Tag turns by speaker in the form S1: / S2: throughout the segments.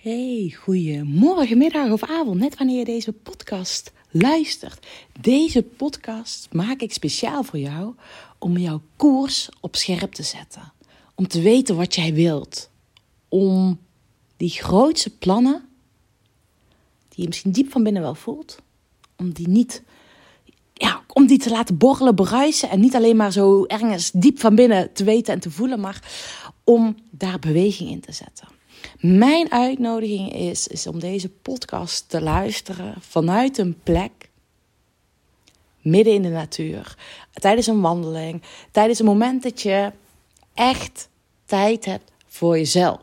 S1: Hey, goeiemorgen, middag of avond, net wanneer je deze podcast luistert. Deze podcast maak ik speciaal voor jou om jouw koers op scherp te zetten. Om te weten wat jij wilt. Om die grootste plannen, die je misschien diep van binnen wel voelt, om die te laten borrelen, bruisen en niet alleen maar zo ergens diep van binnen te weten en te voelen, maar om daar beweging in te zetten. Mijn uitnodiging is om deze podcast te luisteren vanuit een plek midden in de natuur. Tijdens een wandeling, tijdens een moment dat je echt tijd hebt voor jezelf.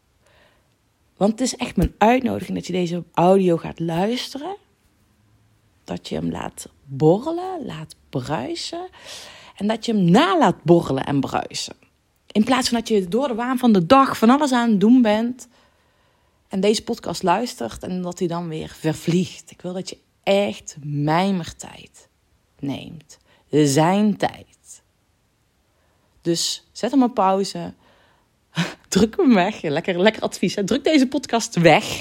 S1: Want het is echt mijn uitnodiging dat je deze audio gaat luisteren. Dat je hem laat borrelen, laat bruisen. En dat je hem na laat borrelen en bruisen. In plaats van dat je door de waan van de dag van alles aan het doen bent. En deze podcast luistert en dat hij dan weer vervliegt. Ik wil dat je echt mijmertijd neemt. Zijn tijd. Dus zet hem op pauze. Druk hem weg. Lekker advies. Hè? Druk deze podcast weg.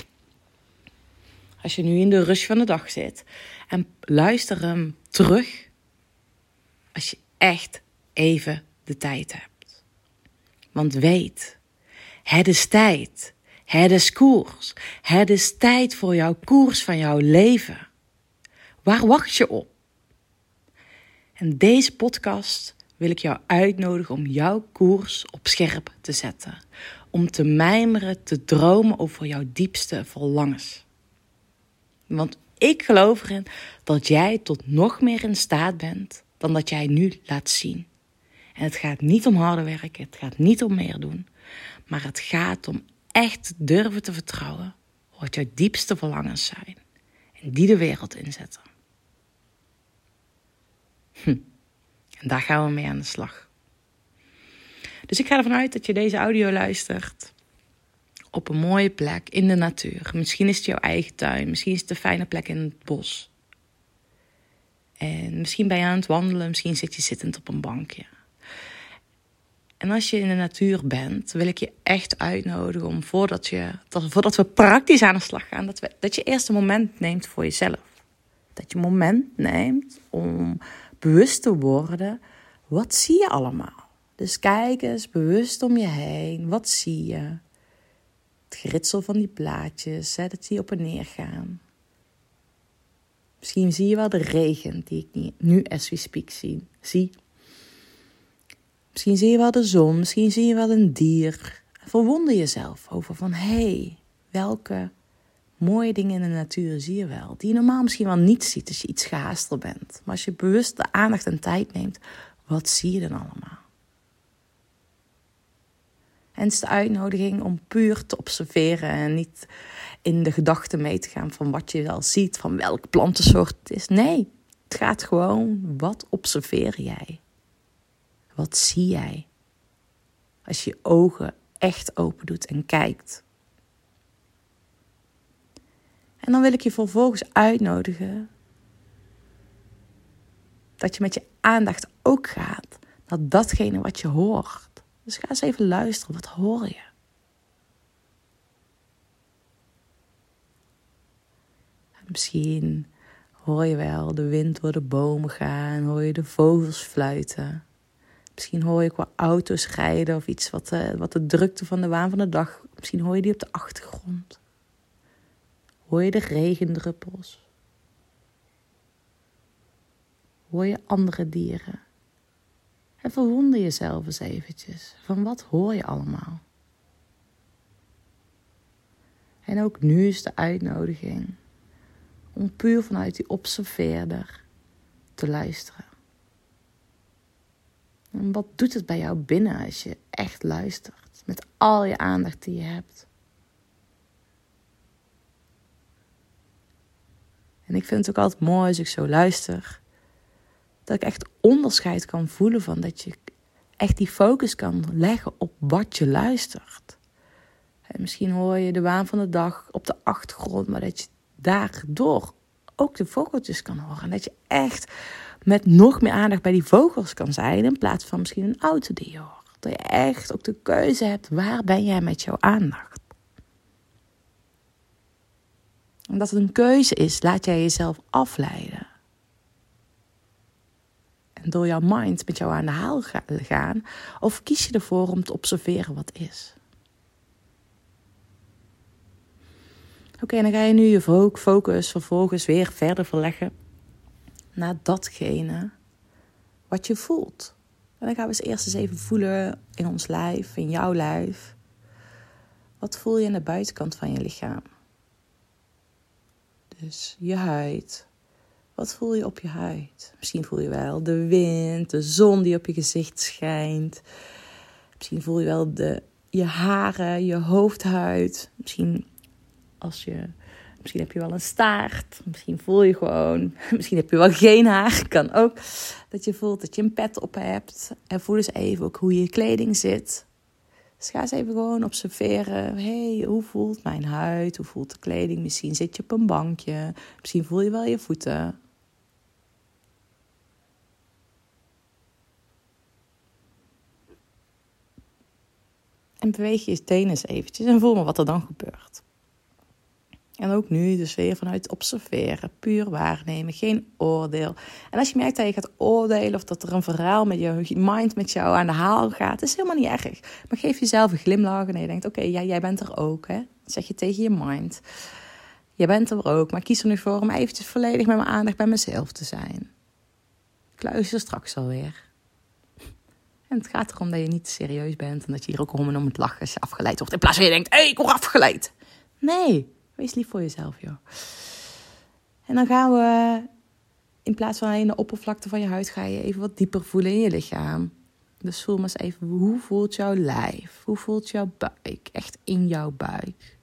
S1: Als je nu in de rush van de dag zit. En luister hem terug. Als je echt even de tijd hebt. Want weet, het is tijd. Het is koers. Het is tijd voor jouw koers van jouw leven. Waar wacht je op? En deze podcast wil ik jou uitnodigen om jouw koers op scherp te zetten. Om te mijmeren, te dromen over jouw diepste verlangens. Want ik geloof erin dat jij tot nog meer in staat bent dan dat jij nu laat zien. En het gaat niet om harder werken, het gaat niet om meer doen. Maar het gaat om echt durven te vertrouwen wat jouw diepste verlangens zijn. En die de wereld inzetten. En daar gaan we mee aan de slag. Dus ik ga ervan uit dat je deze audio luistert op een mooie plek in de natuur. Misschien is het jouw eigen tuin, misschien is het een fijne plek in het bos. En misschien ben je aan het wandelen, misschien zit je zittend op een bankje. En als je in de natuur bent, wil ik je echt uitnodigen om voordat we praktisch aan de slag gaan, dat je eerst een moment neemt voor jezelf. Dat je een moment neemt om bewust te worden, wat zie je allemaal? Dus kijk eens bewust om je heen, wat zie je? Het geritsel van die plaatjes, dat die op en neer gaan. Misschien zie je wel de regen die ik nu as we speak zie. Misschien zie je wel de zon, misschien zie je wel een dier. Verwonder jezelf over van, welke mooie dingen in de natuur zie je wel. Die je normaal misschien wel niet ziet als je iets gehaaster bent. Maar als je bewust de aandacht en tijd neemt, wat zie je dan allemaal? En het is de uitnodiging om puur te observeren en niet in de gedachten mee te gaan van wat je wel ziet, van welke plantensoort het is. Nee, het gaat gewoon, wat observeer jij? Wat zie jij? Als je ogen echt open doet en kijkt. En dan wil ik je vervolgens uitnodigen dat je met je aandacht ook gaat naar datgene wat je hoort. Dus ga eens even luisteren, wat hoor je? Misschien hoor je wel de wind door de bomen gaan, hoor je de vogels fluiten. Misschien hoor je ook wel auto's rijden of iets wat de drukte van de waan van de dag. Misschien hoor je die op de achtergrond. Hoor je de regendruppels. Hoor je andere dieren. En verwonder jezelf eens eventjes. Van wat hoor je allemaal? En ook nu is de uitnodiging om puur vanuit die observeerder te luisteren. En wat doet het bij jou binnen als je echt luistert? Met al je aandacht die je hebt. En ik vind het ook altijd mooi als ik zo luister. Dat ik echt onderscheid kan voelen van dat je echt die focus kan leggen op wat je luistert. En misschien hoor je de waan van de dag op de achtergrond. Maar dat je daardoor ook de vogeltjes kan horen. En dat je echt met nog meer aandacht bij die vogels kan zijn. In plaats van misschien een auto die je hoort. Dat je echt ook de keuze hebt. Waar ben jij met jouw aandacht? dat het een keuze is, laat jij jezelf afleiden. En door jouw mind met jou aan de haal gaan, of kies je ervoor om te observeren wat is. Oké, dan ga je nu je focus vervolgens weer verder verleggen naar datgene wat je voelt. En dan gaan we eens even voelen in ons lijf, in jouw lijf. Wat voel je aan de buitenkant van je lichaam? Dus je huid. Wat voel je op je huid? Misschien voel je wel de wind, de zon die op je gezicht schijnt. Misschien voel je wel je haren, je hoofdhuid. Misschien heb je wel een staart. Misschien voel je gewoon. Misschien heb je wel geen haar. Kan ook. Dat je voelt dat je een pet op hebt. En voel eens even ook hoe je kleding zit. Dus ga eens even gewoon observeren. Hoe voelt mijn huid? Hoe voelt de kleding? Misschien zit je op een bankje. Misschien voel je wel je voeten. En beweeg je tenen eens eventjes en voel maar wat er dan gebeurt. En ook nu dus weer vanuit observeren, puur waarnemen, geen oordeel. En als je merkt dat je gaat oordelen of dat er een verhaal met je mind met jou aan de haal gaat, is helemaal niet erg. Maar geef jezelf een glimlach en je denkt, oké, jij bent er ook. Hè? Dat zeg je tegen je mind. Jij bent er ook, maar kies er nu voor om eventjes volledig met mijn aandacht bij mezelf te zijn. Ik luister straks alweer. En het gaat erom dat je niet serieus bent en dat je hier ook om het lachen als je afgeleid wordt. In plaats van je denkt, ik word afgeleid. Nee. Wees lief voor jezelf, joh. En dan gaan we, in plaats van in de oppervlakte van je huid, ga je even wat dieper voelen in je lichaam. Dus voel maar eens even, hoe voelt jouw lijf? Hoe voelt jouw buik? Echt in jouw buik.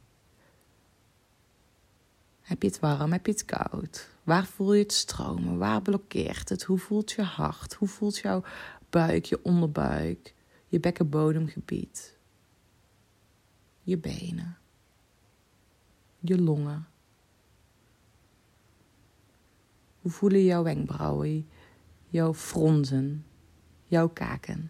S1: Heb je het warm? Heb je het koud? Waar voel je het stromen? Waar blokkeert het? Hoe voelt je hart? Hoe voelt jouw buik, je onderbuik, je bekkenbodemgebied? Je benen. Je longen. Hoe voelen jouw wenkbrauwen, jouw fronsen, jouw kaken?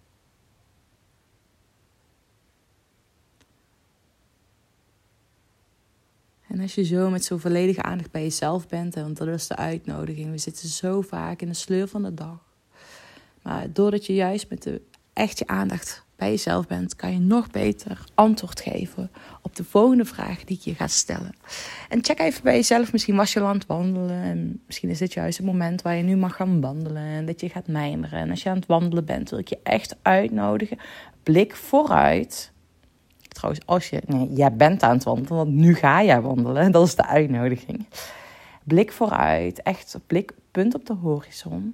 S1: En als je zo met zo'n volledige aandacht bij jezelf bent, want dat is de uitnodiging. We zitten zo vaak in de sleur van de dag. Maar doordat je juist met echt je aandacht bij jezelf bent, kan je nog beter antwoord geven op de volgende vraag die ik je ga stellen. En check even bij jezelf, misschien was je al aan het wandelen en misschien is dit juist het moment waar je nu mag gaan wandelen en dat je gaat mijmeren. En als je aan het wandelen bent, wil ik je echt uitnodigen, blik vooruit. Trouwens, jij bent aan het wandelen, want nu ga jij wandelen, dat is de uitnodiging. Blik vooruit, echt punt op de horizon.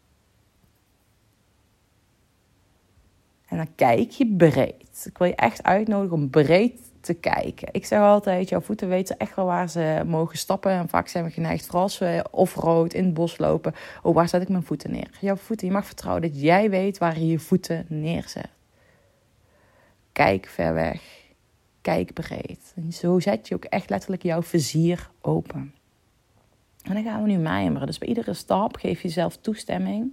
S1: En dan kijk je breed. Ik wil je echt uitnodigen om breed te kijken. Ik zeg altijd, jouw voeten weten echt wel waar ze mogen stappen. En vaak zijn we geneigd, vooral als we off-road in het bos lopen. Waar zet ik mijn voeten neer? Jouw voeten, je mag vertrouwen dat jij weet waar je je voeten neerzet. Kijk ver weg. Kijk breed. En zo zet je ook echt letterlijk jouw vizier open. En dan gaan we nu mijmeren. Dus bij iedere stap geef je jezelf toestemming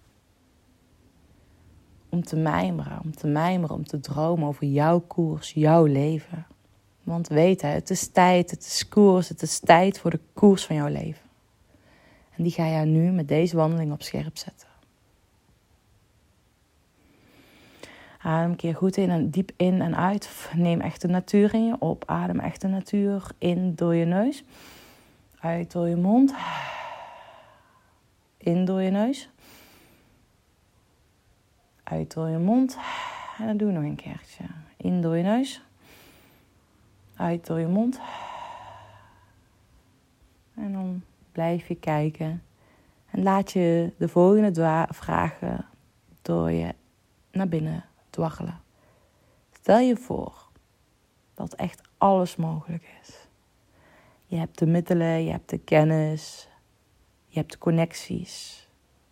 S1: om te mijmeren, om te dromen over jouw koers, jouw leven. Want weet het is tijd, het is koers, het is tijd voor de koers van jouw leven. En die ga je nu met deze wandeling op scherp zetten. Adem een keer goed in en diep in en uit. Neem echt de natuur in je op. Adem echt de natuur in door je neus. Uit door je mond. In door je neus. Uit door je mond. En dan doe nog een keertje. In door je neus. Uit door je mond. En dan blijf je kijken. En laat je de volgende vragen door je naar binnen dwarrelen. Stel je voor dat echt alles mogelijk is. Je hebt de middelen, je hebt de kennis, je hebt de connecties.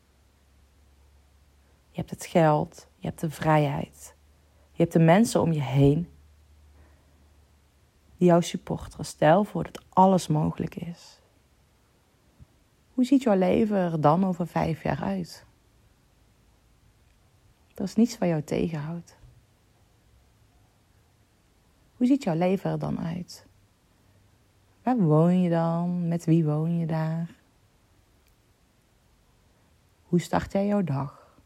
S1: Je hebt het geld, je hebt de vrijheid. Je hebt de mensen om je heen die jou supporteren. Stel voor dat alles mogelijk is. Hoe ziet jouw leven er dan over 5 jaar uit? Er is niets wat jou tegenhoudt. Hoe ziet jouw leven er dan uit? Waar woon je dan? Met wie woon je daar? Hoe start jij jouw dag?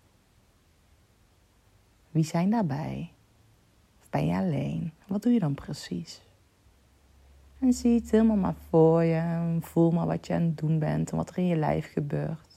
S1: Wie zijn daarbij? Of ben je alleen? Wat doe je dan precies? En zie het helemaal maar voor je. Voel maar wat je aan het doen bent en wat er in je lijf gebeurt.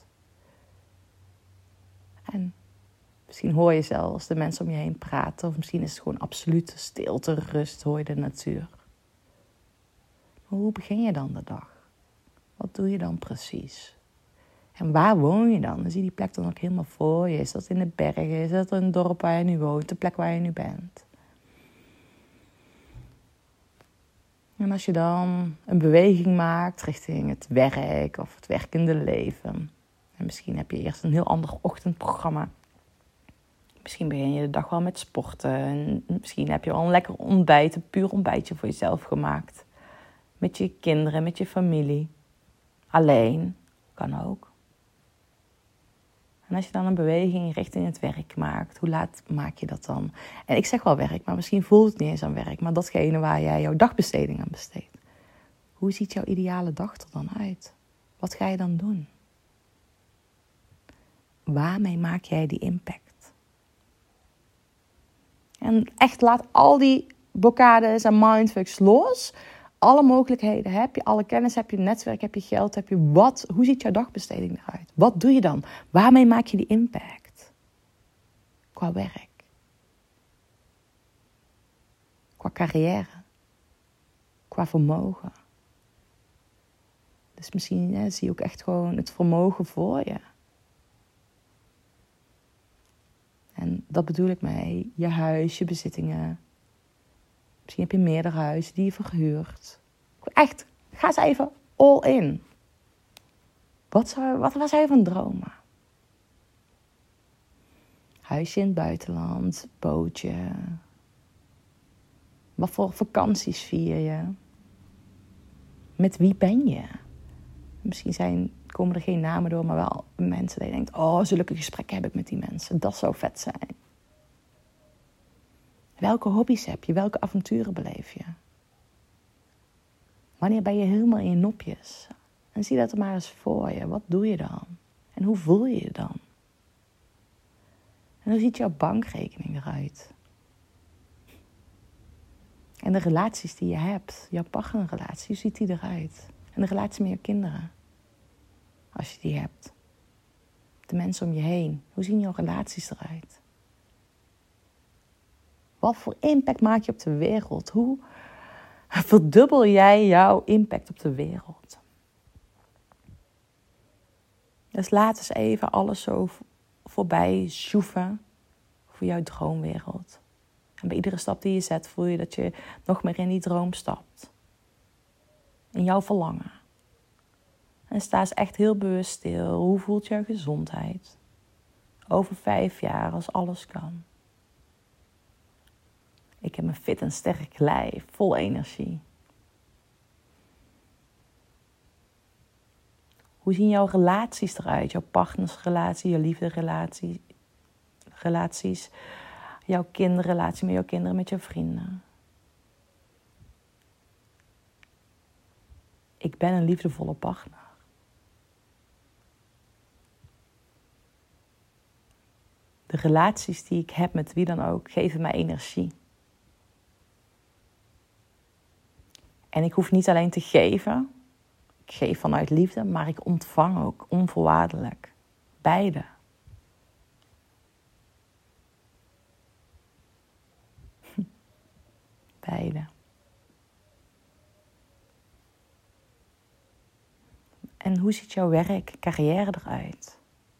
S1: En misschien hoor je zelfs de mensen om je heen praten. Of misschien is het gewoon absolute stilte, rust, hoor je de natuur. Maar hoe begin je dan de dag? Wat doe je dan precies? En waar woon je dan? Dan zie je die plek dan ook helemaal voor je. Is dat in de bergen? Is dat een dorp waar je nu woont? De plek waar je nu bent? En als je dan een beweging maakt richting het werk of het werkende leven. En misschien heb je eerst een heel ander ochtendprogramma. Misschien begin je de dag wel met sporten. En misschien heb je al een lekker ontbijt, een puur ontbijtje voor jezelf gemaakt. Met je kinderen, met je familie. Alleen, kan ook. En als je dan een beweging richting het werk maakt, hoe laat maak je dat dan? En ik zeg wel werk, maar misschien voelt het niet eens aan werk. Maar datgene waar jij jouw dagbesteding aan besteedt. Hoe ziet jouw ideale dag er dan uit? Wat ga je dan doen? Waarmee maak jij die impact? En echt laat al die blokkades en mindfucks los. Alle mogelijkheden heb je, alle kennis heb je, netwerk heb je, geld heb je. Hoe ziet jouw dagbesteding eruit? Wat doe je dan? Waarmee maak je die impact? Qua werk. Qua carrière. Qua vermogen. Dus misschien zie je ook echt gewoon het vermogen voor je. En dat bedoel ik mee. Je huis, je bezittingen. Misschien heb je meerdere huizen die je verhuurt. Echt, ga eens even all in. Wat zou je van dromen? Huisje in het buitenland, bootje. Wat voor vakanties vier je? Met wie ben je? Misschien komen er geen namen door, maar wel mensen die je denkt, oh, zulke gesprekken heb ik met die mensen. Dat zou vet zijn. Welke hobby's heb je? Welke avonturen beleef je? Wanneer ben je helemaal in je nopjes? En zie dat er maar eens voor je. Wat doe je dan? En hoe voel je je dan? En hoe ziet jouw bankrekening eruit? En de relaties die je hebt, jouw partnerrelatie, hoe ziet die eruit? En de relatie met je kinderen, als je die hebt. De mensen om je heen, hoe zien jouw relaties eruit? Wat voor impact maak je op de wereld? Hoe verdubbel jij jouw impact op de wereld? Dus laat eens even alles zo voorbij sjoeven voor jouw droomwereld. En bij iedere stap die je zet voel je dat je nog meer in die droom stapt. In jouw verlangen. En sta eens echt heel bewust stil. Hoe voelt jouw gezondheid? Over 5 jaar als alles kan. Ik heb een fit en sterk lijf, vol energie. Hoe zien jouw relaties eruit? Jouw partnersrelatie, jouw liefderelaties, jouw kinderrelatie met jouw kinderen, met jouw vrienden. Ik ben een liefdevolle partner. De relaties die ik heb met wie dan ook geven mij energie. En ik hoef niet alleen te geven. Ik geef vanuit liefde, maar ik ontvang ook onvoorwaardelijk. Beide. Beide. En hoe ziet jouw werk, carrière eruit?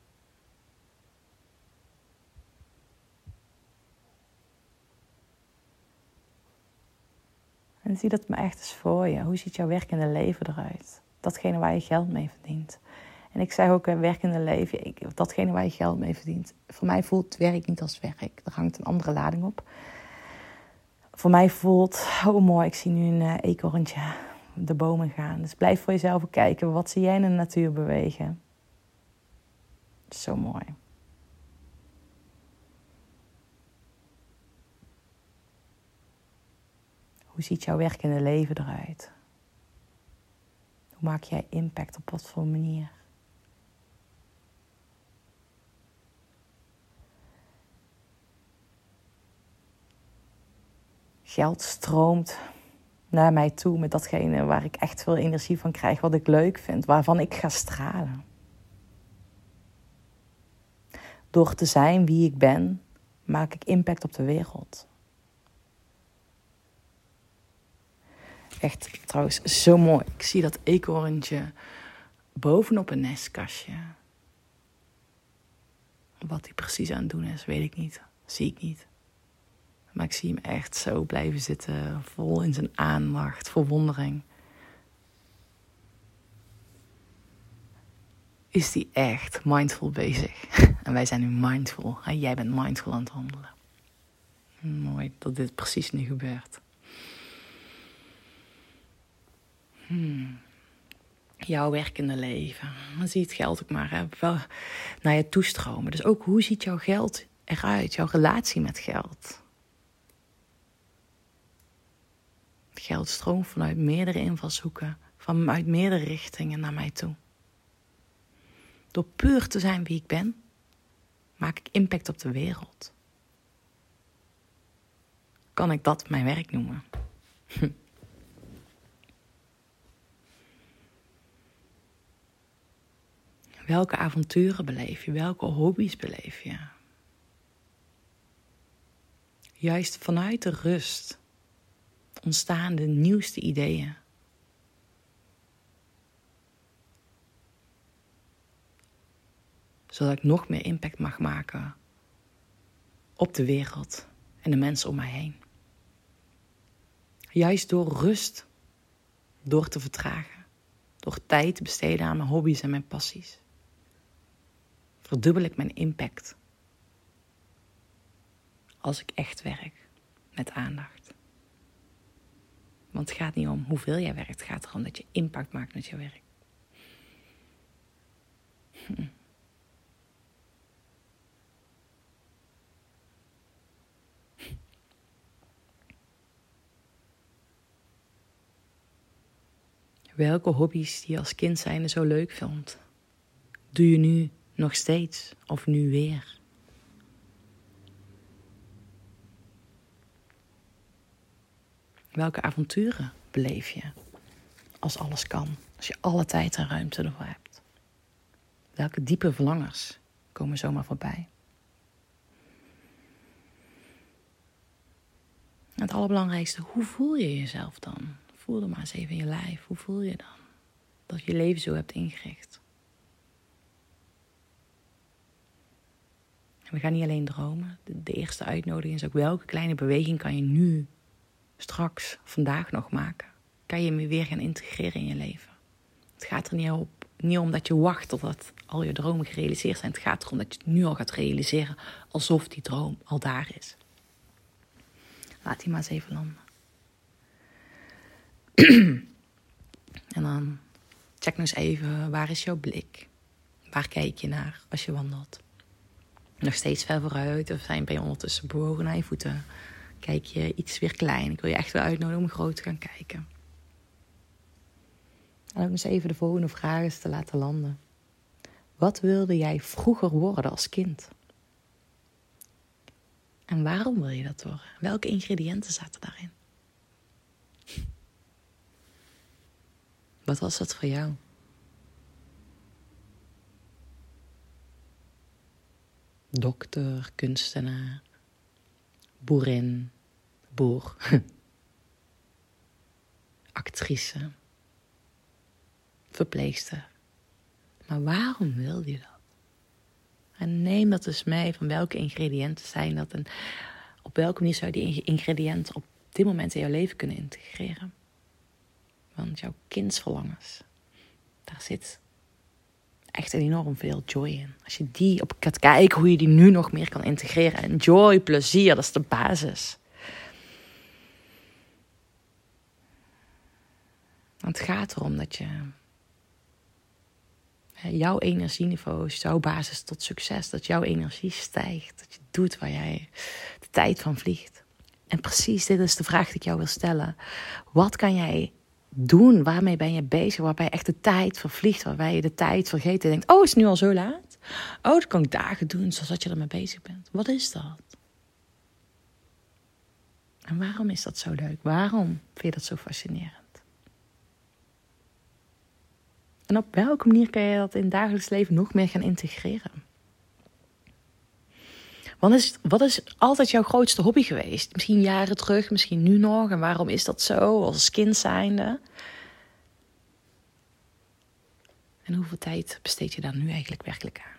S1: En zie dat maar echt eens voor je. Hoe ziet jouw werkende leven eruit? Datgene waar je geld mee verdient. En ik zeg ook, werkende leven, datgene waar je geld mee verdient. Voor mij voelt werk niet als werk. Er hangt een andere lading op. Voor mij voelt, oh mooi, ik zie nu een eekhoorntje de bomen gaan. Dus blijf voor jezelf kijken. Wat zie jij in de natuur bewegen? Zo mooi. Hoe ziet jouw werkende leven eruit? Hoe maak jij impact op wat voor manier? Geld stroomt naar mij toe met datgene waar ik echt veel energie van krijg, wat ik leuk vind, waarvan ik ga stralen. Door te zijn wie ik ben, maak ik impact op de wereld. Echt trouwens zo mooi. Ik zie dat eekhoorntje bovenop een nestkastje. Wat hij precies aan het doen is, weet ik niet. Zie ik niet. Maar ik zie hem echt zo blijven zitten, vol in zijn aandacht, verwondering. Is hij echt mindful bezig? En wij zijn nu mindful. Jij bent mindful aan het handelen. Mooi dat dit precies nu gebeurt. Jouw werkende leven. Dan zie je het geld ook maar wel naar je toestromen. Dus ook hoe ziet jouw geld eruit? Jouw relatie met geld. Geld stroomt vanuit meerdere invalshoeken, vanuit meerdere richtingen naar mij toe. Door puur te zijn wie ik ben, maak ik impact op de wereld. Kan ik dat mijn werk noemen? Welke avonturen beleef je? Welke hobby's beleef je? Juist vanuit de rust ontstaan de nieuwste ideeën. Zodat ik nog meer impact mag maken op de wereld en de mensen om mij heen. Juist door rust, door te vertragen, door tijd te besteden aan mijn hobby's en mijn passies, verdubbel ik mijn impact als ik echt werk met aandacht. Want het gaat niet om hoeveel jij werkt, het gaat erom dat je impact maakt met je werk. Welke hobby's die je als kind zijnde zo leuk vond, doe je nu nog steeds of nu weer? Welke avonturen beleef je als alles kan, als je alle tijd en ruimte ervoor hebt? Welke diepe verlangens komen zomaar voorbij? En het allerbelangrijkste, hoe voel je jezelf dan? Voel er maar eens even in je lijf. Hoe voel je dan? Dat je je leven zo hebt ingericht. En we gaan niet alleen dromen. De eerste uitnodiging is ook welke kleine beweging kan je nu, straks, vandaag nog maken? Kan je hem weer gaan integreren in je leven? Het gaat er niet om dat je wacht totdat al je dromen gerealiseerd zijn. Het gaat erom dat je het nu al gaat realiseren alsof die droom al daar is. Laat die maar eens even landen. En dan check nog eens even, waar is jouw blik? Waar kijk je naar als je wandelt? Nog steeds ver vooruit of ben je ondertussen bewogen naar je voeten? Kijk je iets weer klein? Ik wil je echt wel uitnodigen om groot te gaan kijken. En ook eens even de volgende vraag eens te laten landen. Wat wilde jij vroeger worden als kind? En waarom wil je dat worden? Welke ingrediënten zaten daarin? Wat was dat voor jou? Dokter, kunstenaar, boerin, boer, actrice, verpleegster. Maar waarom wilde je dat? En neem dat dus mee van welke ingrediënten zijn dat en op welke manier zou je die ingrediënten op dit moment in jouw leven kunnen integreren. Want jouw kindsverlangens, daar zit echt enorm veel joy in. Als je die op gaat kijken hoe je die nu nog meer kan integreren. En joy, plezier, dat is de basis. Want het gaat erom dat je jouw energieniveau is jouw basis tot succes. Dat jouw energie stijgt. Dat je doet waar jij de tijd van vliegt. En precies dit is de vraag die ik jou wil stellen. Wat kan jij doen? Waarmee ben je bezig? Waarbij je echt de tijd vervliegt, waarbij je de tijd vergeet en denkt, oh, is het nu al zo laat? Oh, dat kan ik dagen doen, zodat je ermee bezig bent. Wat is dat? En waarom is dat zo leuk? Waarom vind je dat zo fascinerend? En op welke manier kan je dat in het dagelijks leven nog meer gaan integreren? Wat is altijd jouw grootste hobby geweest? Misschien jaren terug, misschien nu nog. En waarom is dat zo als kind zijnde? En hoeveel tijd besteed je daar nu eigenlijk werkelijk aan?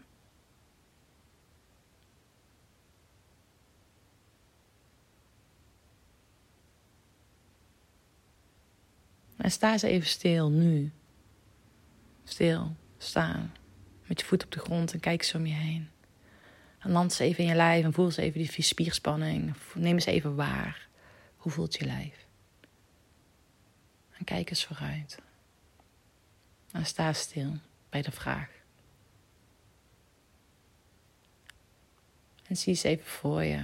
S1: En sta eens even stil nu. Stil, staan. Met je voet op de grond en kijk eens om je heen. En land eens even in je lijf en voel eens even die spierspanning. Neem eens even waar. Hoe voelt je lijf? En kijk eens vooruit. En sta stil bij de vraag. En zie eens even voor je.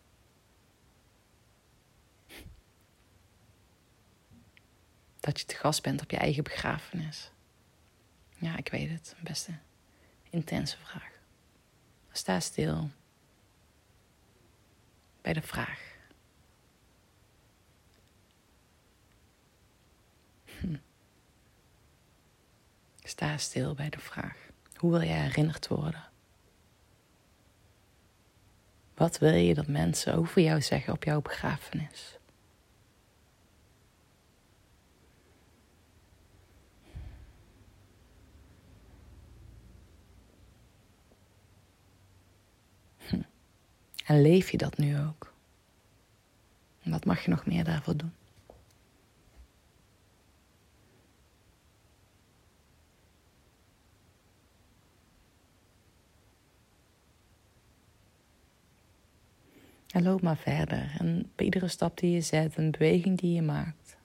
S1: Dat je te gast bent op je eigen begrafenis. Ja, ik weet het. Een best intense vraag. Sta stil bij de vraag. Sta stil bij de vraag. Hoe wil jij herinnerd worden? Wat wil je dat mensen over jou zeggen op jouw begrafenis? En leef je dat nu ook? En wat mag je nog meer daarvoor doen? En loop maar verder. En bij iedere stap die je zet, een beweging die je maakt,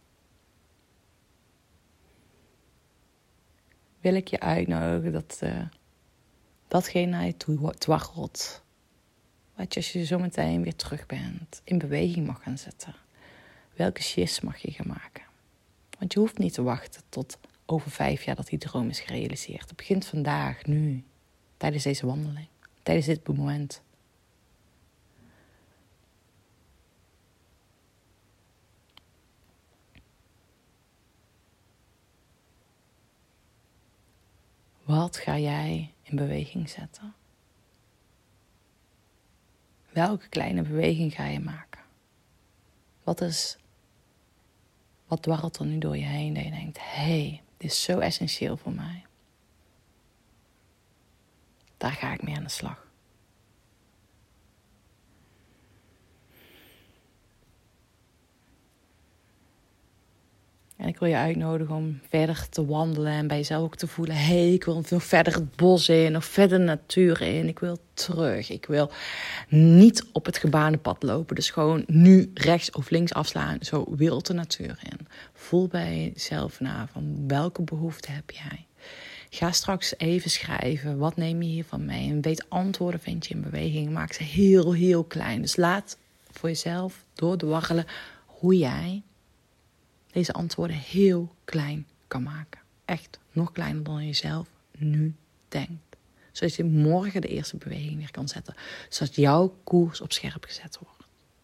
S1: wil ik je uitnodigen dat datgene naar je toe dwarrelt. Wat je als je zo meteen weer terug bent, in beweging mag gaan zetten. Welke shifts mag je gaan maken? Want je hoeft niet te wachten tot over 5 jaar dat die droom is gerealiseerd. Het begint vandaag, nu, tijdens deze wandeling, tijdens dit moment. Wat ga jij in beweging zetten? Welke kleine beweging ga je maken? Wat dwarrelt er nu door je heen dat je denkt, hé, dit is zo essentieel voor mij. Daar ga ik mee aan de slag. En ik wil je uitnodigen om verder te wandelen en bij jezelf ook te voelen, hé, ik wil nog verder het bos in of verder de natuur in. Ik wil terug. Ik wil niet op het gebaande pad lopen. Dus gewoon nu rechts of links afslaan. Zo wild de natuur in. Voel bij jezelf na van welke behoefte heb jij. Ga straks even schrijven. Wat neem je hiervan mee? En weet antwoorden vind je in beweging. Maak ze heel, heel klein. Dus laat voor jezelf doorwarrelen hoe jij deze antwoorden heel klein kan maken. Echt nog kleiner dan je zelf nu denkt. Zodat je morgen de eerste beweging weer kan zetten. Zodat jouw koers op scherp gezet wordt.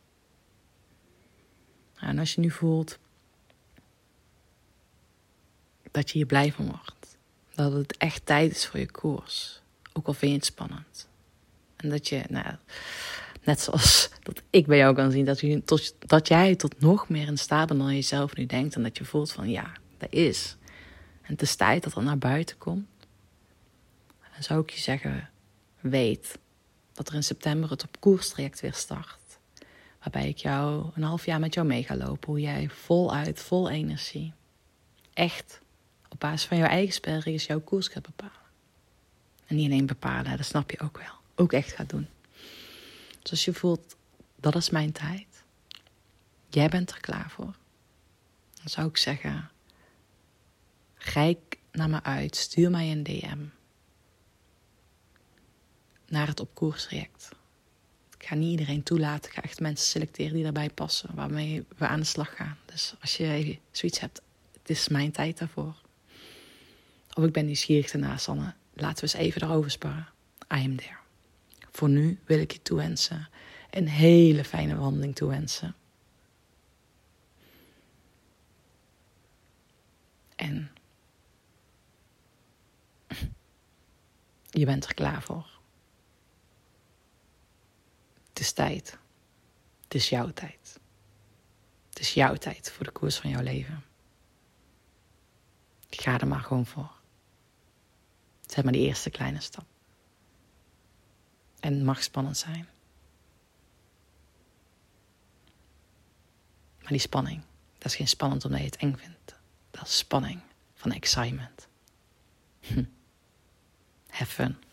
S1: En als je nu voelt dat je hier blij van wordt. Dat het echt tijd is voor je koers. Ook al vind je het spannend. En dat je, net zoals dat ik bij jou kan zien, dat jij tot nog meer in staat bent dan jezelf nu denkt. En dat je voelt van ja, dat is. En het is tijd dat er naar buiten komt. Dan zou ik je zeggen, weet dat er in september het op koerstraject weer start. Waarbij ik jou een half jaar met jou mee ga lopen. Hoe jij voluit, vol energie, echt op basis van jouw eigen spelregels jouw koers gaat bepalen. En niet alleen bepalen, dat snap je ook wel. Ook echt gaat doen. Dus als je voelt, dat is mijn tijd. Jij bent er klaar voor. Dan zou ik zeggen, reik naar me uit. Stuur mij een DM. Naar het op koers traject. Ik ga niet iedereen toelaten. Ik ga echt mensen selecteren die daarbij passen. Waarmee we aan de slag gaan. Dus als je zoiets hebt, het is mijn tijd daarvoor. Of ik ben nieuwsgierig daarna, Sanne. Laten we eens even daarover sparren. I am there. Voor nu wil ik je toewensen. Een hele fijne wandeling toewensen. En je bent er klaar voor. Het is tijd. Het is jouw tijd. Het is jouw tijd voor de koers van jouw leven. Ga er maar gewoon voor. Zet maar die eerste kleine stap. En het mag spannend zijn. Maar die spanning, dat is geen spannend omdat je het eng vindt. Dat is spanning van excitement. Have fun.